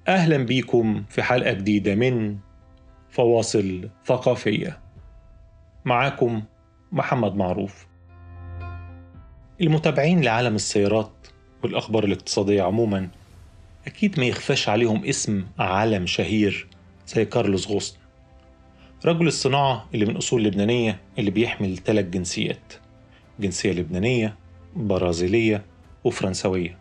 أهلا بيكم في حلقة جديدة من فواصل ثقافية. معاكم محمد معروف. المتابعين لعالم السيارات والأخبار الاقتصادية عموما أكيد ما يخفاش عليهم اسم عالم شهير زي كارلوس غوسن، رجل الصناعة اللي من أصول لبنانية اللي بيحمل 3 جنسيات: جنسية لبنانية، برازيلية، وفرنسوية.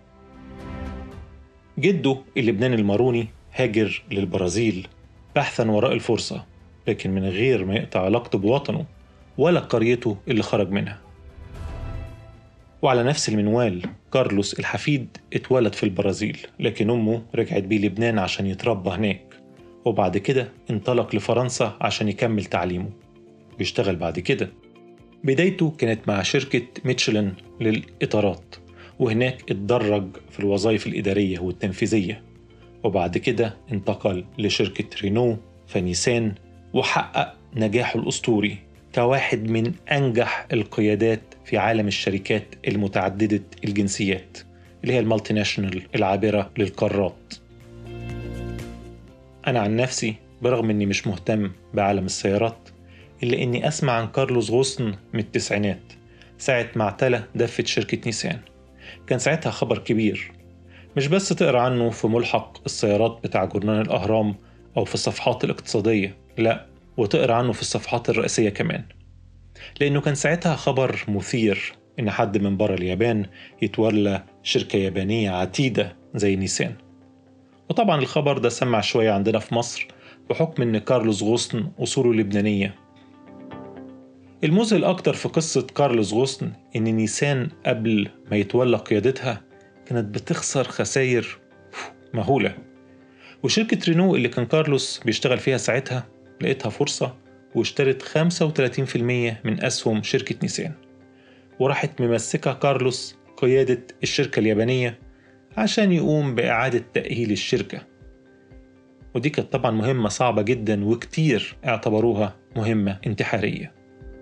جده اللبناني الماروني هاجر للبرازيل بحثا وراء الفرصة، لكن من غير ما يقطع علاقته بوطنه ولا قريته اللي خرج منها. وعلى نفس المنوال، كارلوس الحفيد اتولد في البرازيل، لكن أمه رجعت بيه لبنان عشان يتربى هناك، وبعد كده انطلق لفرنسا عشان يكمل تعليمه. بيشتغل بعد كده. بدايته كانت مع شركة ميتشلن للإطارات، وهناك اتدرج في الوظائف الإدارية والتنفيذية، وبعد كده انتقل لشركة رينو فنيسان، وحقق نجاحه الأسطوري كواحد من أنجح القيادات في عالم الشركات المتعددة الجنسيات اللي هي المالتي ناشونال العابرة للقارات. أنا عن نفسي برغم أني مش مهتم بعالم السيارات، إلا أني أسمع عن كارلوس غوسن من التسعينات ساعة ما اعتلى دفة شركة نيسان. كان ساعتها خبر كبير، مش بس تقرأ عنه في ملحق السيارات بتاع جورنال الأهرام أو في الصفحات الاقتصادية، لا، وتقرأ عنه في الصفحات الرئيسية كمان، لأنه كان ساعتها خبر مثير إن حد من برا اليابان يتولى شركة يابانية عتيدة زي نيسان. وطبعا الخبر ده سمع شوية عندنا في مصر بحكم إن كارلوس غوسن أصوله لبنانية. المذهل أكتر في قصة كارلوس غوسن إن نيسان قبل ما يتولى قيادتها كانت بتخسر خسائر مهولة، وشركة رينو اللي كان كارلوس بيشتغل فيها ساعتها لقيتها فرصة واشترت 35% من أسهم شركة نيسان، وراحت ممسكة كارلوس قيادة الشركة اليابانية عشان يقوم بإعادة تأهيل الشركة. ودي كانت طبعا مهمة صعبة جدا، وكتير اعتبروها مهمة انتحارية.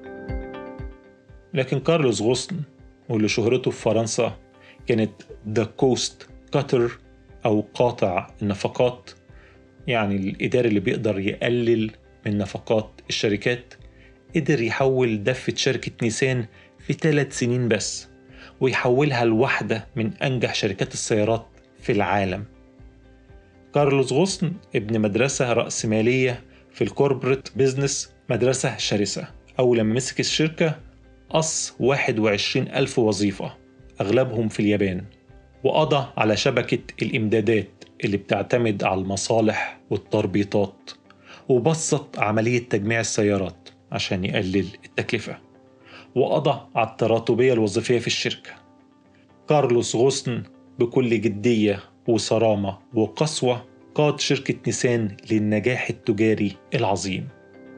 لكن كارلوس غوسن، واللي شهرته في فرنسا كانت The Coast Cutter أو قاطع النفقات، يعني الإداري اللي بيقدر يقلل من نفقات الشركات، قدر يحول دفة شركة نيسان في 3 سنين بس، ويحولها لواحدة من أنجح شركات السيارات في العالم. كارلوس غوسن ابن مدرسة رأسمالية في الكوربريت بيزنس، مدرسة شرسة. أول لما مسك الشركة قص 21,000 وظيفة أغلبهم في اليابان، وقضى على شبكة الإمدادات اللي بتعتمد على المصالح والتربيطات، وبسط عملية تجميع السيارات عشان يقلل التكلفة، وقضى على التراتبية الوظيفية في الشركة. كارلوس غوسن بكل جدية وصرامة وقسوة قاد شركة نيسان للنجاح التجاري العظيم.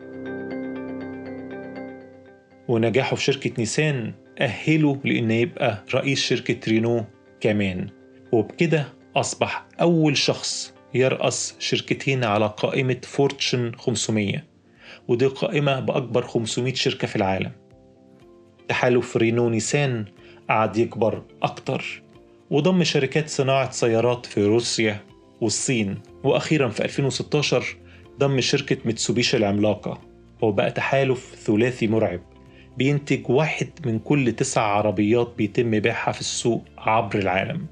ونجاحه في شركة نيسان أهله لأنه يبقى رئيس شركة رينو كمان، وبكده أصبح أول شخص يرأس شركتين على قائمة فورتشن 500، ودي قائمة بأكبر 500 شركة في العالم. تحالف رينو نيسان قعد يكبر أكتر، وضم شركات صناعة سيارات في روسيا والصين، وأخيرا في 2016 ضم شركة ميتسوبيشي العملاقة، وبقى تحالف ثلاثي مرعب بينتج 1 من كل 9 عربيات بيتم بيعها في السوق عبر العالم.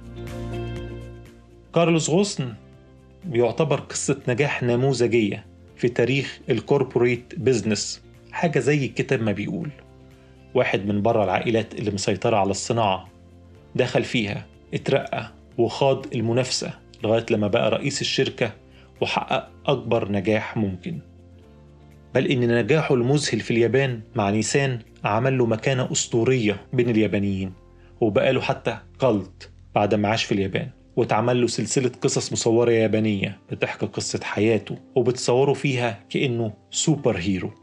كارلوس غوسن بيعتبر قصة نجاح نموذجية في تاريخ الكوربوريت بيزنس، حاجة زي الكتاب ما بيقول. واحد من برا العائلات اللي مسيطرة على الصناعة، دخل فيها، اترقى وخاض المنافسة لغاية لما بقى رئيس الشركة وحقق أكبر نجاح ممكن. بل إن نجاحه المذهل في اليابان مع نيسان عمل له مكانة أسطورية بين اليابانيين، وبقى له حتى كالت بعد ما عاش في اليابان، واتعمل له سلسلة قصص مصورة يابانية بتحكي قصة حياته وبتصوره فيها كأنه سوبر هيرو.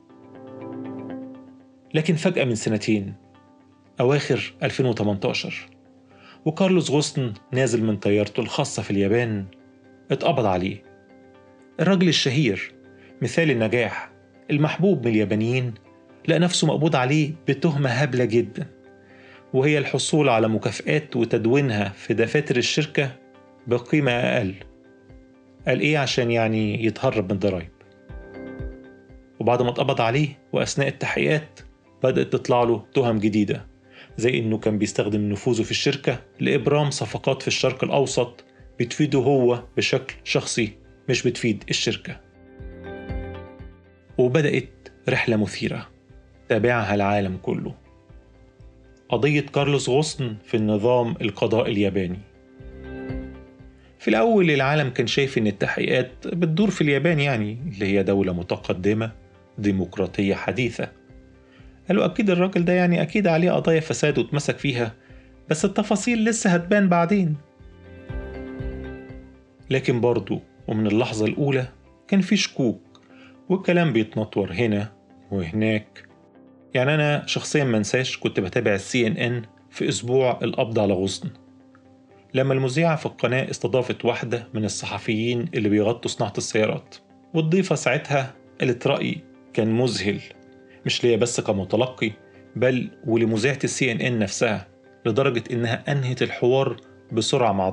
لكن فجأة من سنتين أواخر 2018 وكارلوس غوسن نازل من طيارته الخاصة في اليابان اتقبض عليه. الراجل الشهير مثال النجاح المحبوب من اليابانيين لقى نفسه مقبوض عليه بتهمة هبلة جدا، وهي الحصول على مكافآت وتدوينها في دفاتر الشركة بقيمة أقل. قال إيه عشان يعني يتهرب من الضرايب. وبعد ما اتقبض عليه وأثناء التحقيقات بدأت تطلع له تهم جديدة، زي إنه كان بيستخدم نفوذه في الشركة لإبرام صفقات في الشرق الأوسط بتفيده هو بشكل شخصي مش بتفيد الشركة. وبدأت رحلة مثيرة تابعها العالم كله، قضية كارلوس غوسن في النظام القضائي الياباني. في الأول العالم كان شايف إن التحقيقات بتدور في اليابان، يعني اللي هي دولة متقدمة ديمقراطية حديثة. قالوا أكيد الراجل ده يعني أكيد عليه قضايا فساد واتمسك فيها، بس التفاصيل لسه هتبان بعدين. لكن برضو ومن اللحظة الأولى كان في شكوك والكلام بيتنطور هنا وهناك. يعني أنا شخصيا منساش كنت بتابع CNN في أسبوع القبض على غصن، لما المذيعة في القناة استضافت واحدة من الصحفيين اللي بيغطوا صناعة السيارات، والضيفة ساعتها قالت رأي كان مذهل، مش ليا بس كمتلقي بل ولمذيعة CNN نفسها، لدرجة إنها أنهت الحوار بسرعة مع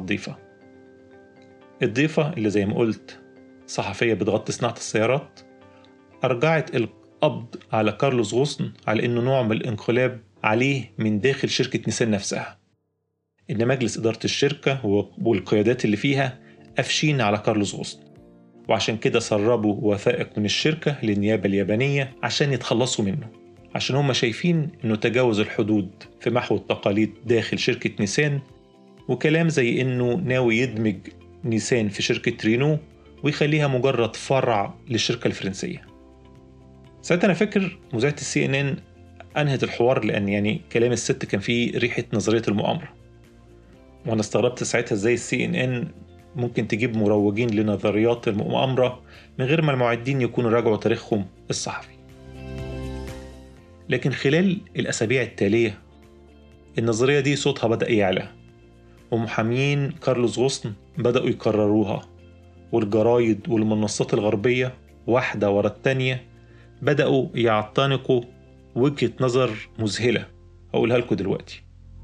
الضيفة اللي زي ما قلت صحفية بتغطي صناعة السيارات، أرجعت القبض على كارلوس غوسن على إنه نوع من الانقلاب عليه من داخل شركة نيسان نفسها، إن مجلس إدارة الشركة والقيادات اللي فيها قافشين على كارلوس غوسن، وعشان كده سربوا وثائق من الشركة للنيابة اليابانية عشان يتخلصوا منه، عشان هم شايفين إنه تجاوز الحدود في محو التقاليد داخل شركة نيسان، وكلام زي إنه ناوي يدمج نيسان في شركة رينو ويخليها مجرد فرع للشركة الفرنسية. ساعتها أنا فاكر مذيعة CNN أنهت الحوار، لأن يعني كلام الست كان فيه ريحة نظرية المؤامرة، وأنا استغربت ساعتها إزاي CNN ممكن تجيب مروجين لنظريات المؤامرة من غير ما المعدين يكونوا راجعوا تاريخهم الصحفي. لكن خلال الأسابيع التالية النظرية دي صوتها بدأ يعلى، ومحامين كارلوس غوسن بدأوا يكرروها، والجرايد والمنصات الغربية واحدة ورا التانية بدأوا يعتنقوا وجهة نظر مذهلة هقولها لكم دلوقتي.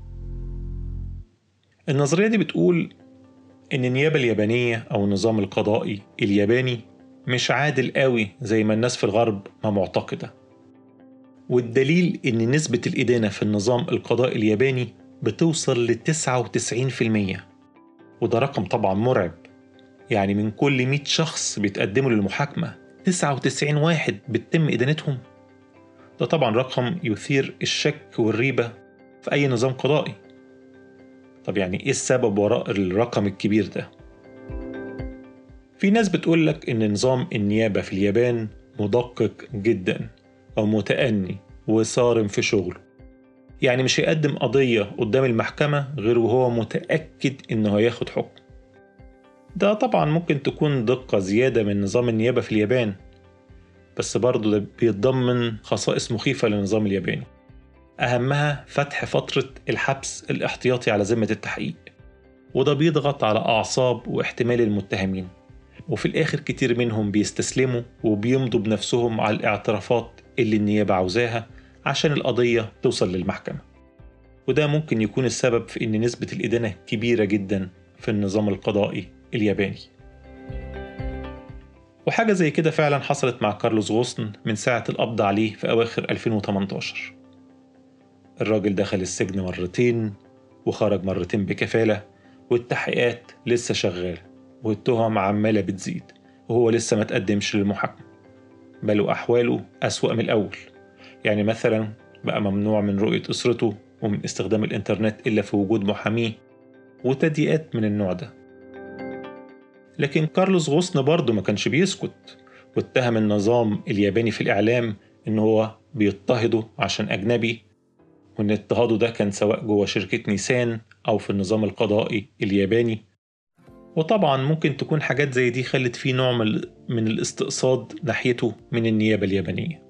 النظرية دي بتقول إن النيابة اليابانية أو النظام القضائي الياباني مش عادل قوي زي ما الناس في الغرب ما معتقدة، والدليل إن نسبة الإدانة في النظام القضائي الياباني بتوصل ل 99%، وده رقم طبعا مرعب. يعني من كل 100 شخص بيتقدموا للمحاكمة 99 واحد بتتم إدانتهم. ده طبعا رقم يثير الشك والريبة في أي نظام قضائي. طب يعني إيه السبب وراء الرقم الكبير ده؟ في ناس بتقولك إن نظام النيابة في اليابان مدقق جدا أو متأني وصارم في شغله، يعني مش هيقدم قضية قدام المحكمة غير وهو متأكد إنه هياخد حكم. ده طبعا ممكن تكون دقة زيادة من نظام النيابة في اليابان، بس برضه ده بيتضمن خصائص مخيفة للنظام الياباني، أهمها فتح فترة الحبس الاحتياطي على ذمة التحقيق، وده بيضغط على أعصاب واحتمال المتهمين، وفي الآخر كتير منهم بيستسلموا وبيمضوا بنفسهم على الاعترافات اللي النيابة عاوزاها عشان القضية توصل للمحكمة. وده ممكن يكون السبب في إن نسبة الإدانة كبيرة جدا في النظام القضائي الياباني. وحاجة زي كده فعلا حصلت مع كارلوس غوسن من ساعة القبض عليه في أواخر 2018. الراجل دخل السجن مرتين وخرج مرتين بكفالة، والتحقيقات لسه شغالة والتهم عمالة بتزيد، وهو لسه ما تقدمش للمحاكمة، بل أحواله أسوأ من الأول. يعني مثلا بقى ممنوع من رؤية أسرته ومن استخدام الإنترنت إلا في وجود محاميه وتضييقات من النوع ده. لكن كارلوس غوسن برضه ما كانش بيسكت، واتهم النظام الياباني في الإعلام إن هو بيضطهده عشان أجنبي، وإن اضطهاده ده كان سواء جوه شركة نيسان أو في النظام القضائي الياباني. وطبعا ممكن تكون حاجات زي دي خلت فيه نوع من الاستقصاد ناحيته من النيابة اليابانية.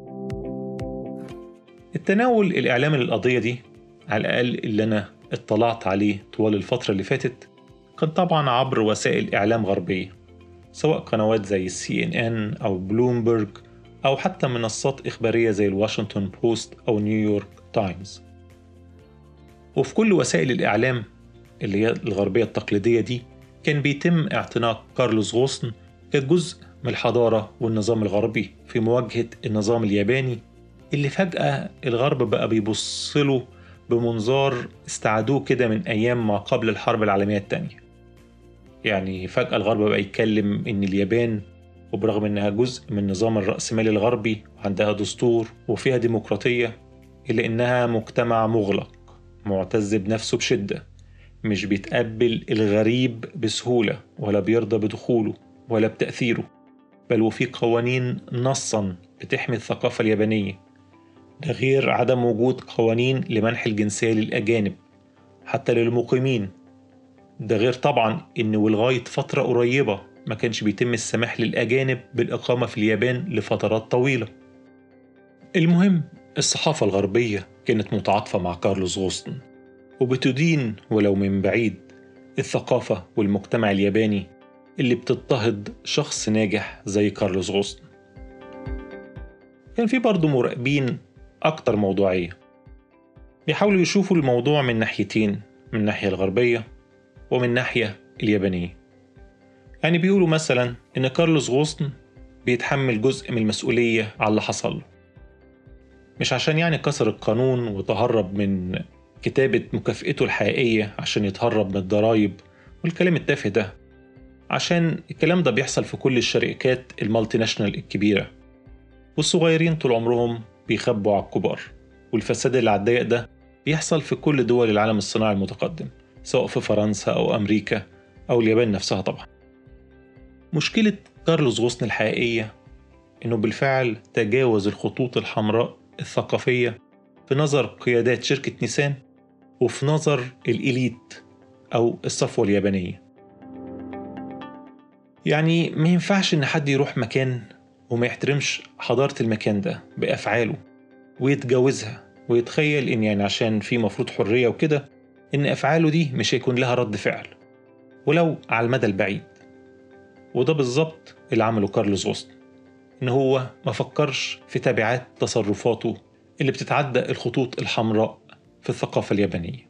التناول الإعلامي للقضية دي على الأقل اللي أنا اطلعت عليه طوال الفترة اللي فاتت كان طبعا عبر وسائل إعلام غربية، سواء قنوات زي CNN أو بلومبرج أو حتى منصات إخبارية زي الواشنطن بوست أو نيويورك تايمز. وفي كل وسائل الإعلام اللي هي الغربية التقليدية دي كان بيتم اعتناق كارلوس غوستن كجزء من الحضارة والنظام الغربي في مواجهة النظام الياباني اللي فجأة الغرب بقى بيبصله بمنظار استعادوه كده من أيام ما قبل الحرب العالمية الثانية. يعني فجأة الغرب بقى يتكلم إن اليابان، وبرغم إنها جزء من النظام الرأسمالي الغربي وعندها دستور وفيها ديمقراطية، إلا إنها مجتمع مغلق معتز بنفسه بشدة، مش بيتقبل الغريب بسهولة ولا بيرضى بدخوله ولا بتأثيره، بل وفي قوانين نصا بتحمي الثقافة اليابانية. ده غير عدم وجود قوانين لمنح الجنسية للأجانب حتى للمقيمين. ده غير طبعا إن ولغاية فترة قريبة ما كانش بيتم السماح للأجانب بالإقامة في اليابان لفترات طويلة. المهم، الصحافة الغربية كانت متعاطفة مع كارلوس غوستن وبتدين ولو من بعيد الثقافة والمجتمع الياباني اللي بتضطهد شخص ناجح زي كارلوس غوستن. كان في برضه مراقبين أكتر موضوعية بيحاولوا يشوفوا الموضوع من ناحيتين، من الناحية الغربية ومن الناحية اليابانية. يعني بيقولوا مثلا إن كارلوس غوستن بيتحمل جزء من المسؤولية على اللي حصل له، مش عشان يعني كسر القانون وتهرب من كتابة مكافئته الحقيقية عشان يتهرب من الضرايب والكلام التافه ده، عشان الكلام ده بيحصل في كل الشركات المالتي ناشونال الكبيرة، والصغيرين طول عمرهم بيخبوا على الكبار، والفساد اللي على الضيق ده بيحصل في كل دول العالم الصناعي المتقدم، سواء في فرنسا أو أمريكا أو اليابان نفسها طبعا. مشكلة كارلوس غوستن الحقيقية إنه بالفعل تجاوز الخطوط الحمراء الثقافية في نظر قيادات شركة نيسان وفي نظر الإليت أو الصفوة اليابانية. يعني ما ينفعش إن حد يروح مكان وما يحترمش حضارة المكان ده بأفعاله ويتجاوزها ويتخيل إن يعني عشان في مفروض حرية وكده إن أفعاله دي مش هيكون لها رد فعل ولو على المدى البعيد. وده بالظبط اللي عمله كارلوس غوستن، إن هو ما فكرش في تبعات تصرفاته اللي بتتعدى الخطوط الحمراء في الثقافة اليابانية.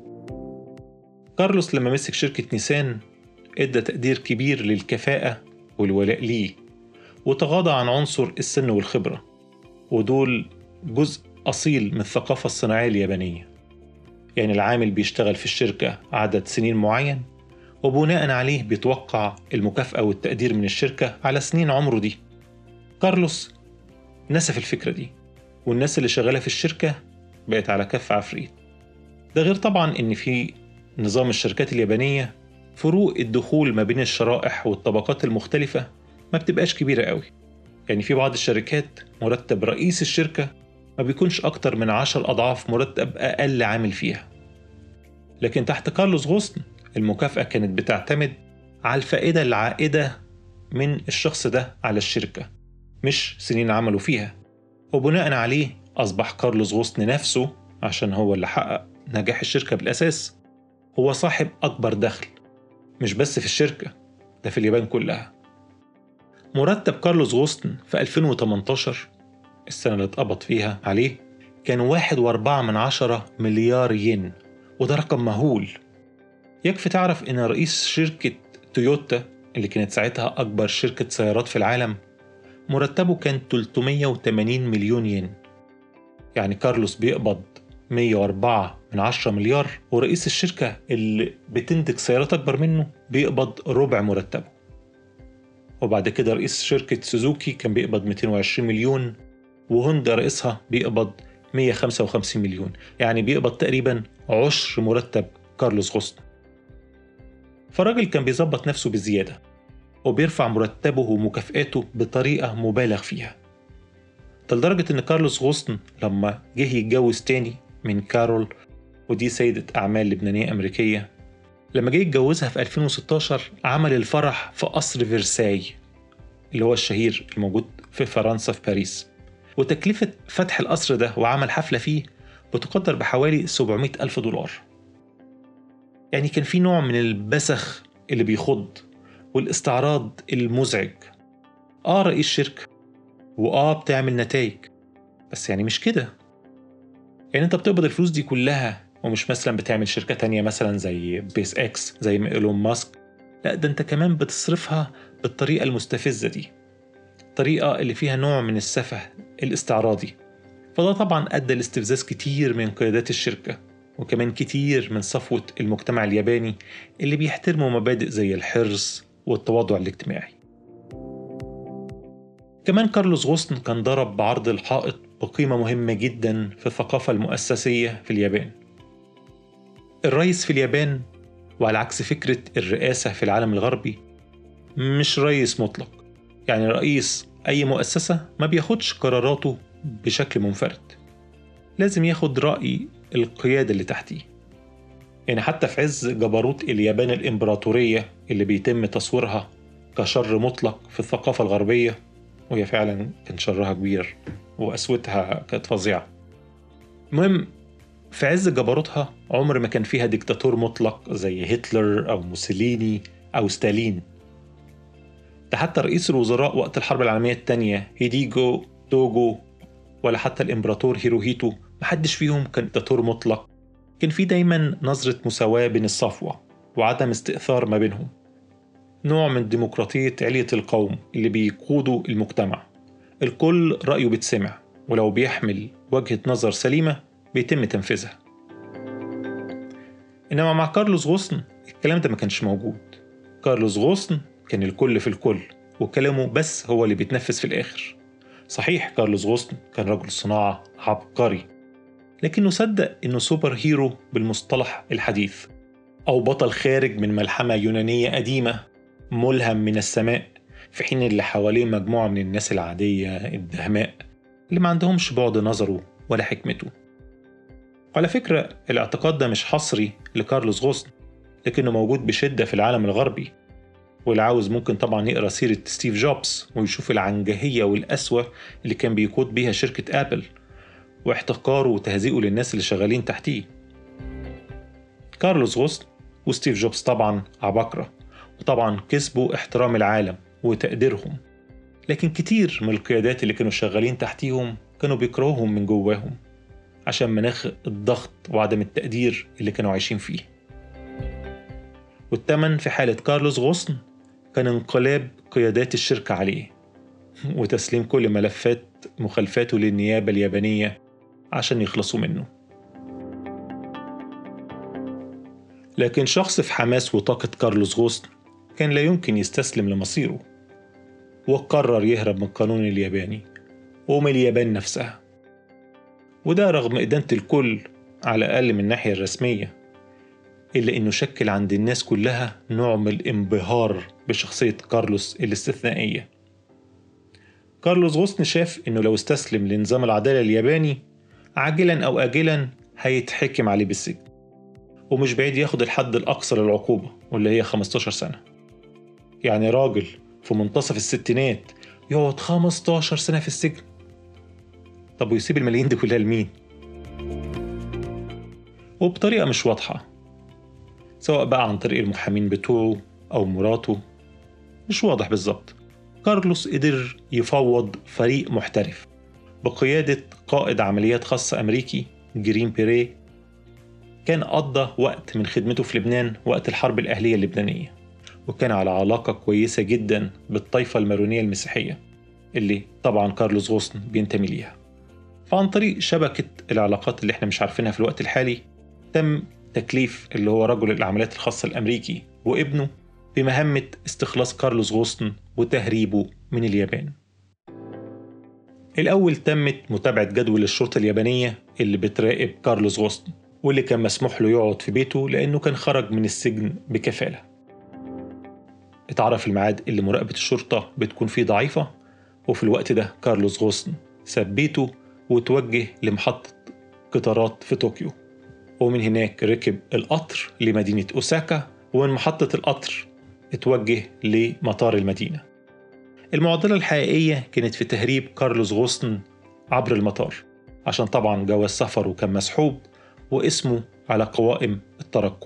كارلوس لما مسك شركة نيسان ادى تقدير كبير للكفاءة والولاء ليه، وتغاضى عن عنصر السن والخبرة، ودول جزء أصيل من الثقافة الصناعية اليابانية. يعني العامل بيشتغل في الشركة عدد سنين معين، وبناء عليه بيتوقع المكافأة والتقدير من الشركة على سنين عمره دي. كارلوس نسف الفكرة دي، والناس اللي شغالة في الشركة بقت على كف عفريت. ده غير طبعا إن في نظام الشركات اليابانية فروق الدخول ما بين الشرائح والطبقات المختلفة ما بتبقاش كبيرة قوي. يعني في بعض الشركات مرتب رئيس الشركة ما بيكونش أكتر من 10 أضعاف مرتب أقل عامل فيها. لكن تحت كارلوس غوستن المكافأة كانت بتعتمد على الفائدة العائدة من الشخص ده على الشركة، مش سنين عمله فيها. وبناء عليه أصبح كارلوس غوستن نفسه، عشان هو اللي حقق نجاح الشركة بالأساس، هو صاحب أكبر دخل مش بس في الشركة، ده في اليابان كلها. مرتب كارلوس غوستن في 2018 السنة اللي اتقبض فيها عليه كان 1.4 مليار ين، وده رقم مهول. يكفي تعرف إن رئيس شركة تويوتا اللي كانت ساعتها أكبر شركة سيارات في العالم مرتبه كان 380 مليون ين. يعني كارلوس بيقبض 104 مليار، ورئيس الشركة اللي بتنتج سيارات أكبر منه بيقبض ربع مرتبه. وبعد كده رئيس شركة سوزوكي كان بيقبض 220 مليون، وهوندا رئيسها بيقبض 155 مليون. يعني بيقبض تقريبا عشر مرتب كارلوس غوستن. فالراجل كان بيظبط نفسه بزيادة وبيرفع مرتبه ومكافئاته بطريقة مبالغ فيها، لدرجة إن كارلوس غوستن لما جه يتجوز تاني من كارول، ودي سيدة أعمال لبنانية أمريكية، لما جه يتجوزها في 2016 عمل الفرح في قصر فرساي اللي هو الشهير الموجود في فرنسا في باريس. وتكلفة فتح القصر ده وعمل حفلة فيه بتقدر بحوالي 700 ألف دولار. يعني كان في نوع من البسخ اللي بيخض والاستعراض المزعج. رئيس شركة بتعمل نتائج، بس يعني مش كده. يعني انت بتقبض الفلوس دي كلها ومش مثلا بتعمل شركة تانية مثلا زي بيس اكس زي ما إيلون ماسك لا ده انت كمان بتصرفها بالطريقة المستفزة دي، الطريقة اللي فيها نوع من السفه الاستعراضي. فده طبعا أدى لاستفزاز كتير من قيادات الشركة، وكمان كتير من صفوة المجتمع الياباني اللي بيحترموا مبادئ زي الحرص والتواضع الاجتماعي. كمان كارلوس غوستن كان ضرب بعرض الحائط بقيمة مهمة جدا في الثقافة المؤسسية في اليابان. الرئيس في اليابان، وعلى عكس فكرة الرئاسة في العالم الغربي، مش رئيس مطلق. يعني رئيس أي مؤسسة ما بياخدش قراراته بشكل منفرد، لازم ياخد رأي القيادة اللي تحتيه. يعني حتى في عز جبروت اليابان الإمبراطورية اللي بيتم تصويرها كشر مطلق في الثقافة الغربية، وهي فعلا كان شرها كبير وقسوتها كانت فظيعة. المهم، في عز جبروتها عمر ما كان فيها ديكتاتور مطلق زي هتلر أو موسوليني أو ستالين. ده حتى رئيس الوزراء وقت الحرب العالمية الثانية هيديجو توجو، ولا حتى الإمبراطور هيروهيتو، محدش فيهم كان ديكتاتور مطلق. كان في دايما نظرة مساواة بين الصفوة وعدم استئثار ما بينهم، نوع من ديمقراطية علية القوم اللي بيقودوا المجتمع. الكل رأيه بيتسمع، ولو بيحمل وجهة نظر سليمة بيتم تنفيذها. إنما مع كارلوس غوستن الكلام ده ما كانش موجود. كارلوس غوستن كان الكل في الكل، وكلامه بس هو اللي بيتنفذ في الآخر. صحيح كارلوس غوستن كان رجل صناعة عبقري، لكنه صدق إنه سوبر هيرو بالمصطلح الحديث، أو بطل خارج من ملحمة يونانية قديمة ملهم من السماء، في حين اللي حواليه مجموعة من الناس العادية الدهماء اللي ما عندهمش بعد نظره ولا حكمته. وعلى فكرة الاعتقاد ده مش حصري لكارلوس غوستن، لكنه موجود بشدة في العالم الغربي. واللي عاوز ممكن طبعا يقرأ سيرة ستيف جوبز ويشوف العنجهية والقسوة اللي كان بيقود بيها شركة آبل، واحتقاره وتهزيئه للناس اللي شغالين تحتيه. كارلوس غوستن وستيف جوبز طبعا عباقرة، وطبعا كسبوا احترام العالم وتقديرهم، لكن كتير من القيادات اللي كانوا شغالين تحتيهم كانوا بيكرهوهم من جواهم عشان مناخ الضغط وعدم التقدير اللي كانوا عايشين فيه. والتمن في حالة كارلوس غوستن كان انقلاب قيادات الشركة عليه وتسليم كل ملفات مخالفاته للنيابة اليابانية عشان يخلصوا منه. لكن شخص في حماس وطاقة كارلوس غوستن كان لا يمكن يستسلم لمصيره، وقرر يهرب من القانون الياباني ومن اليابان نفسها. وده رغم إدانة الكل على الأقل من الناحية الرسمية، إلا إنه شكل عند الناس كلها نوع من الانبهار بشخصية كارلوس الاستثنائية. كارلوس غوستن شاف إنه لو استسلم لنظام العدالة الياباني عاجلا أو آجلا هيتحكم عليه بالسجن، ومش بعيد ياخد الحد الأقصى للعقوبة واللي هي 15 سنة. يعني راجل في منتصف الستينات يقعد 15 سنة في السجن؟ طب ويسيب الملايين دي كلها لمين؟ وبطريقة مش واضحة، سواء بقى عن طريق المحامين بتوعه أو مراته، مش واضح بالظبط. كارلوس قدر يفوض فريق محترف بقيادة قائد عمليات خاصة أمريكي جرين بيري، كان قضى وقت من خدمته في لبنان وقت الحرب الأهلية اللبنانية، وكان على علاقة كويسة جدا بالطائفة المارونية المسيحية اللي طبعا كارلوس غوستن بينتمي ليها. فعن طريق شبكة العلاقات اللي احنا مش عارفينها في الوقت الحالي، تم تكليف اللي هو رجل العمليات الخاصة الأمريكي وابنه بمهمة استخلاص كارلوس غوستن وتهريبه من اليابان. الأول تمت متابعة جدول الشرطة اليابانية اللي بتراقب كارلوس غوستن، واللي كان مسموح له يقعد في بيته لأنه كان خرج من السجن بكفالة. اتعرف الميعاد اللي مراقبة الشرطة بتكون فيه ضعيفة، وفي الوقت ده كارلوس غوستن ساب بيته وتوجه لمحطة قطارات في طوكيو، ومن هناك ركب القطر لمدينة أوساكا، ومن محطة القطر اتوجه لمطار المدينة. المعضلة الحقيقية كانت في تهريب كارلوس غوستن عبر المطار، عشان طبعا جواز سفره كان مسحوب واسمه على قوائم الترقب.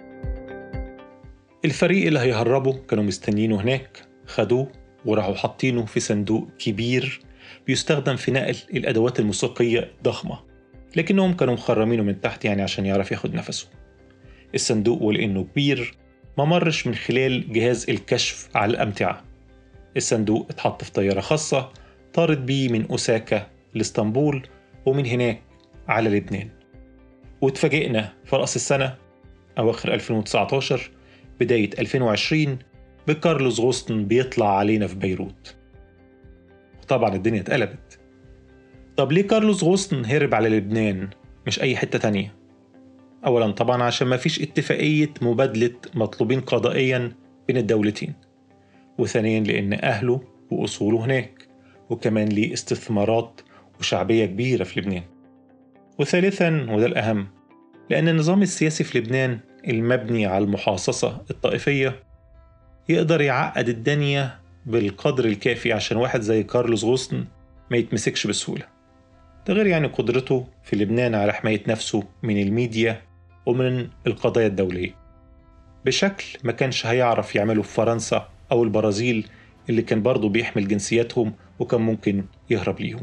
الفريق اللي هيهربه كانوا مستنيينه هناك، خدوه وراحوا حاطينه في صندوق كبير بيستخدم في نقل الأدوات الموسيقية الضخمة، لكنهم كانوا مخرمينه من تحت يعني عشان يعرف ياخد نفسه. الصندوق ولأنه كبير ما مرش من خلال جهاز الكشف على الأمتعة. الصندوق اتحط في طيارة خاصة طارت بيه من أوساكا لإسطنبول ومن هناك على لبنان. واتفاجئنا في رأس السنة أواخر 2019 بداية 2020 بكارلوس غوستن بيطلع علينا في بيروت. وطبعا الدنيا اتقلبت. طب ليه كارلوس غوستن هرب على لبنان مش أي حتة تانية؟ أولا طبعا عشان ما فيش اتفاقية مبادلة مطلوبين قضائيا بين الدولتين، وثانيا لأن أهله وأصوله هناك، وكمان ليه استثمارات وشعبية كبيرة في لبنان، وثالثا وده الأهم لأن النظام السياسي في لبنان المبني على المحاصصة الطائفية يقدر يعقد الدنيا بالقدر الكافي عشان واحد زي كارلوس غوستن ما يتمسكش بسهولة. ده غير يعني قدرته في لبنان على حماية نفسه من الميديا ومن القضايا الدولية بشكل ما كانش هيعرف يعمله في فرنسا أو البرازيل اللي كان برضه بيحمل جنسياتهم وكان ممكن يهرب ليهم.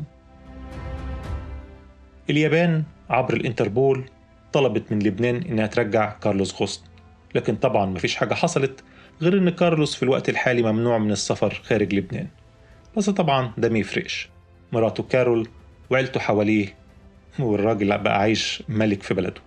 اليابان عبر الانتربول طلبت من لبنان إنها ترجع كارلوس غوستن، لكن طبعا مفيش حاجة حصلت غير إن كارلوس في الوقت الحالي ممنوع من السفر خارج لبنان. بس طبعا ده ميفرقش، مراته كارول وعيلته حواليه، والراجل بقى عايش ملك في بلده.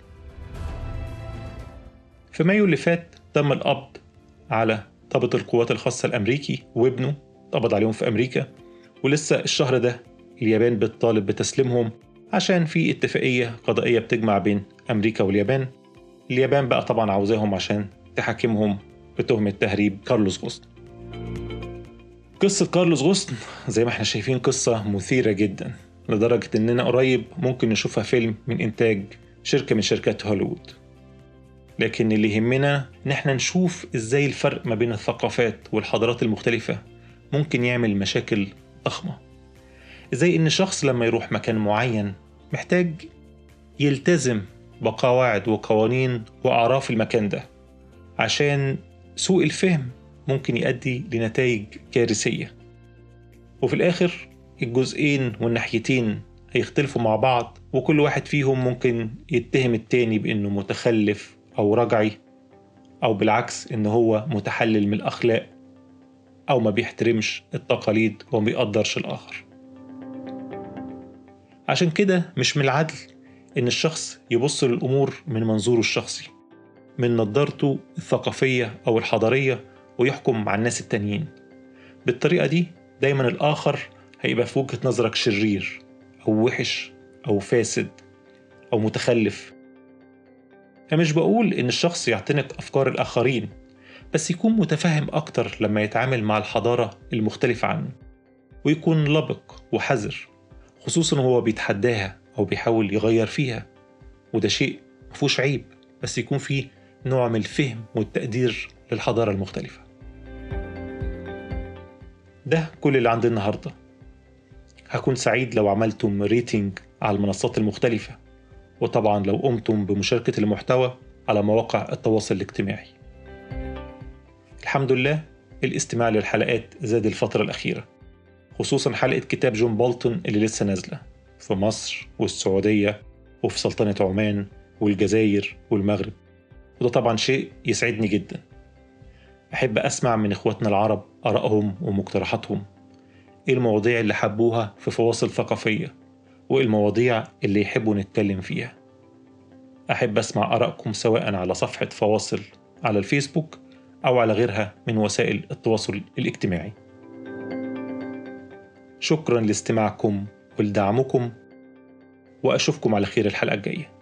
في مايو اللي فات تم القبض على ضابط القوات الخاصة الأمريكي وابنه، اتقبض عليهم في أمريكا، ولسه الشهر ده اليابان بتطالب بتسليمهم عشان في اتفاقية قضائية بتجمع بين أمريكا واليابان. اليابان بقى طبعا عاوزاهم عشان تحاكمهم بتهمة تهريب كارلوس غوستن. قصة كارلوس غوستن زي ما احنا شايفين قصة مثيرة جدا، لدرجة إننا قريب ممكن نشوفها فيلم من إنتاج شركة من شركات هوليوود. لكن اللي يهمنا إن احنا نشوف إزاي الفرق ما بين الثقافات والحضارات المختلفة ممكن يعمل مشاكل ضخمة. إزاي إن شخص لما يروح مكان معين محتاج يلتزم بقواعد وقوانين وأعراف المكان ده، عشان سوء الفهم ممكن يؤدي لنتائج كارثية. وفي الآخر الجزئين والناحيتين هيختلفوا مع بعض، وكل واحد فيهم ممكن يتهم التاني بأنه متخلف أو رجعي، أو بالعكس إنه هو متحلل من الأخلاق أو ما بيحترمش التقاليد وما بيقدرش الآخر. عشان كده مش من العدل إن الشخص يبص للأمور من منظوره الشخصي، من نظارته الثقافية أو الحضارية، ويحكم على الناس التانيين بالطريقة دي. دايما الآخر هيبقى في وجهة نظرك شرير أو وحش أو فاسد أو متخلف. أنا مش بقول إن الشخص يعتنق أفكار الآخرين، بس يكون متفهم أكتر لما يتعامل مع الحضارة المختلفة عنه، ويكون لبق وحذر، خصوصا وهو بيتحداها أو بيحاول يغير فيها. وده شيء مفهوش عيب، بس يكون فيه نوع من الفهم والتقدير للحضارة المختلفة. ده كل اللي عندي النهاردة. هكون سعيد لو عملتم ريتنج على المنصات المختلفة، وطبعا لو قمتم بمشاركة المحتوى على مواقع التواصل الاجتماعي. الحمد لله الاستماع للحلقات زاد الفترة الأخيرة، خصوصا حلقة كتاب جون بولتون اللي لسه نازلة في مصر والسعودية وفي سلطنة عمان والجزائر والمغرب، وده طبعا شيء يسعدني جدا. أحب أسمع من إخواتنا العرب آرائهم ومقترحاتهم، إيه المواضيع اللي حبوها في فواصل ثقافية، وإيه المواضيع اللي يحبوا نتكلم فيها. أحب أسمع آرائكم سواء على صفحة فواصل على الفيسبوك أو على غيرها من وسائل التواصل الاجتماعي. شكرا لاستماعكم ولدعمكم، وأشوفكم على خير الحلقة الجاية.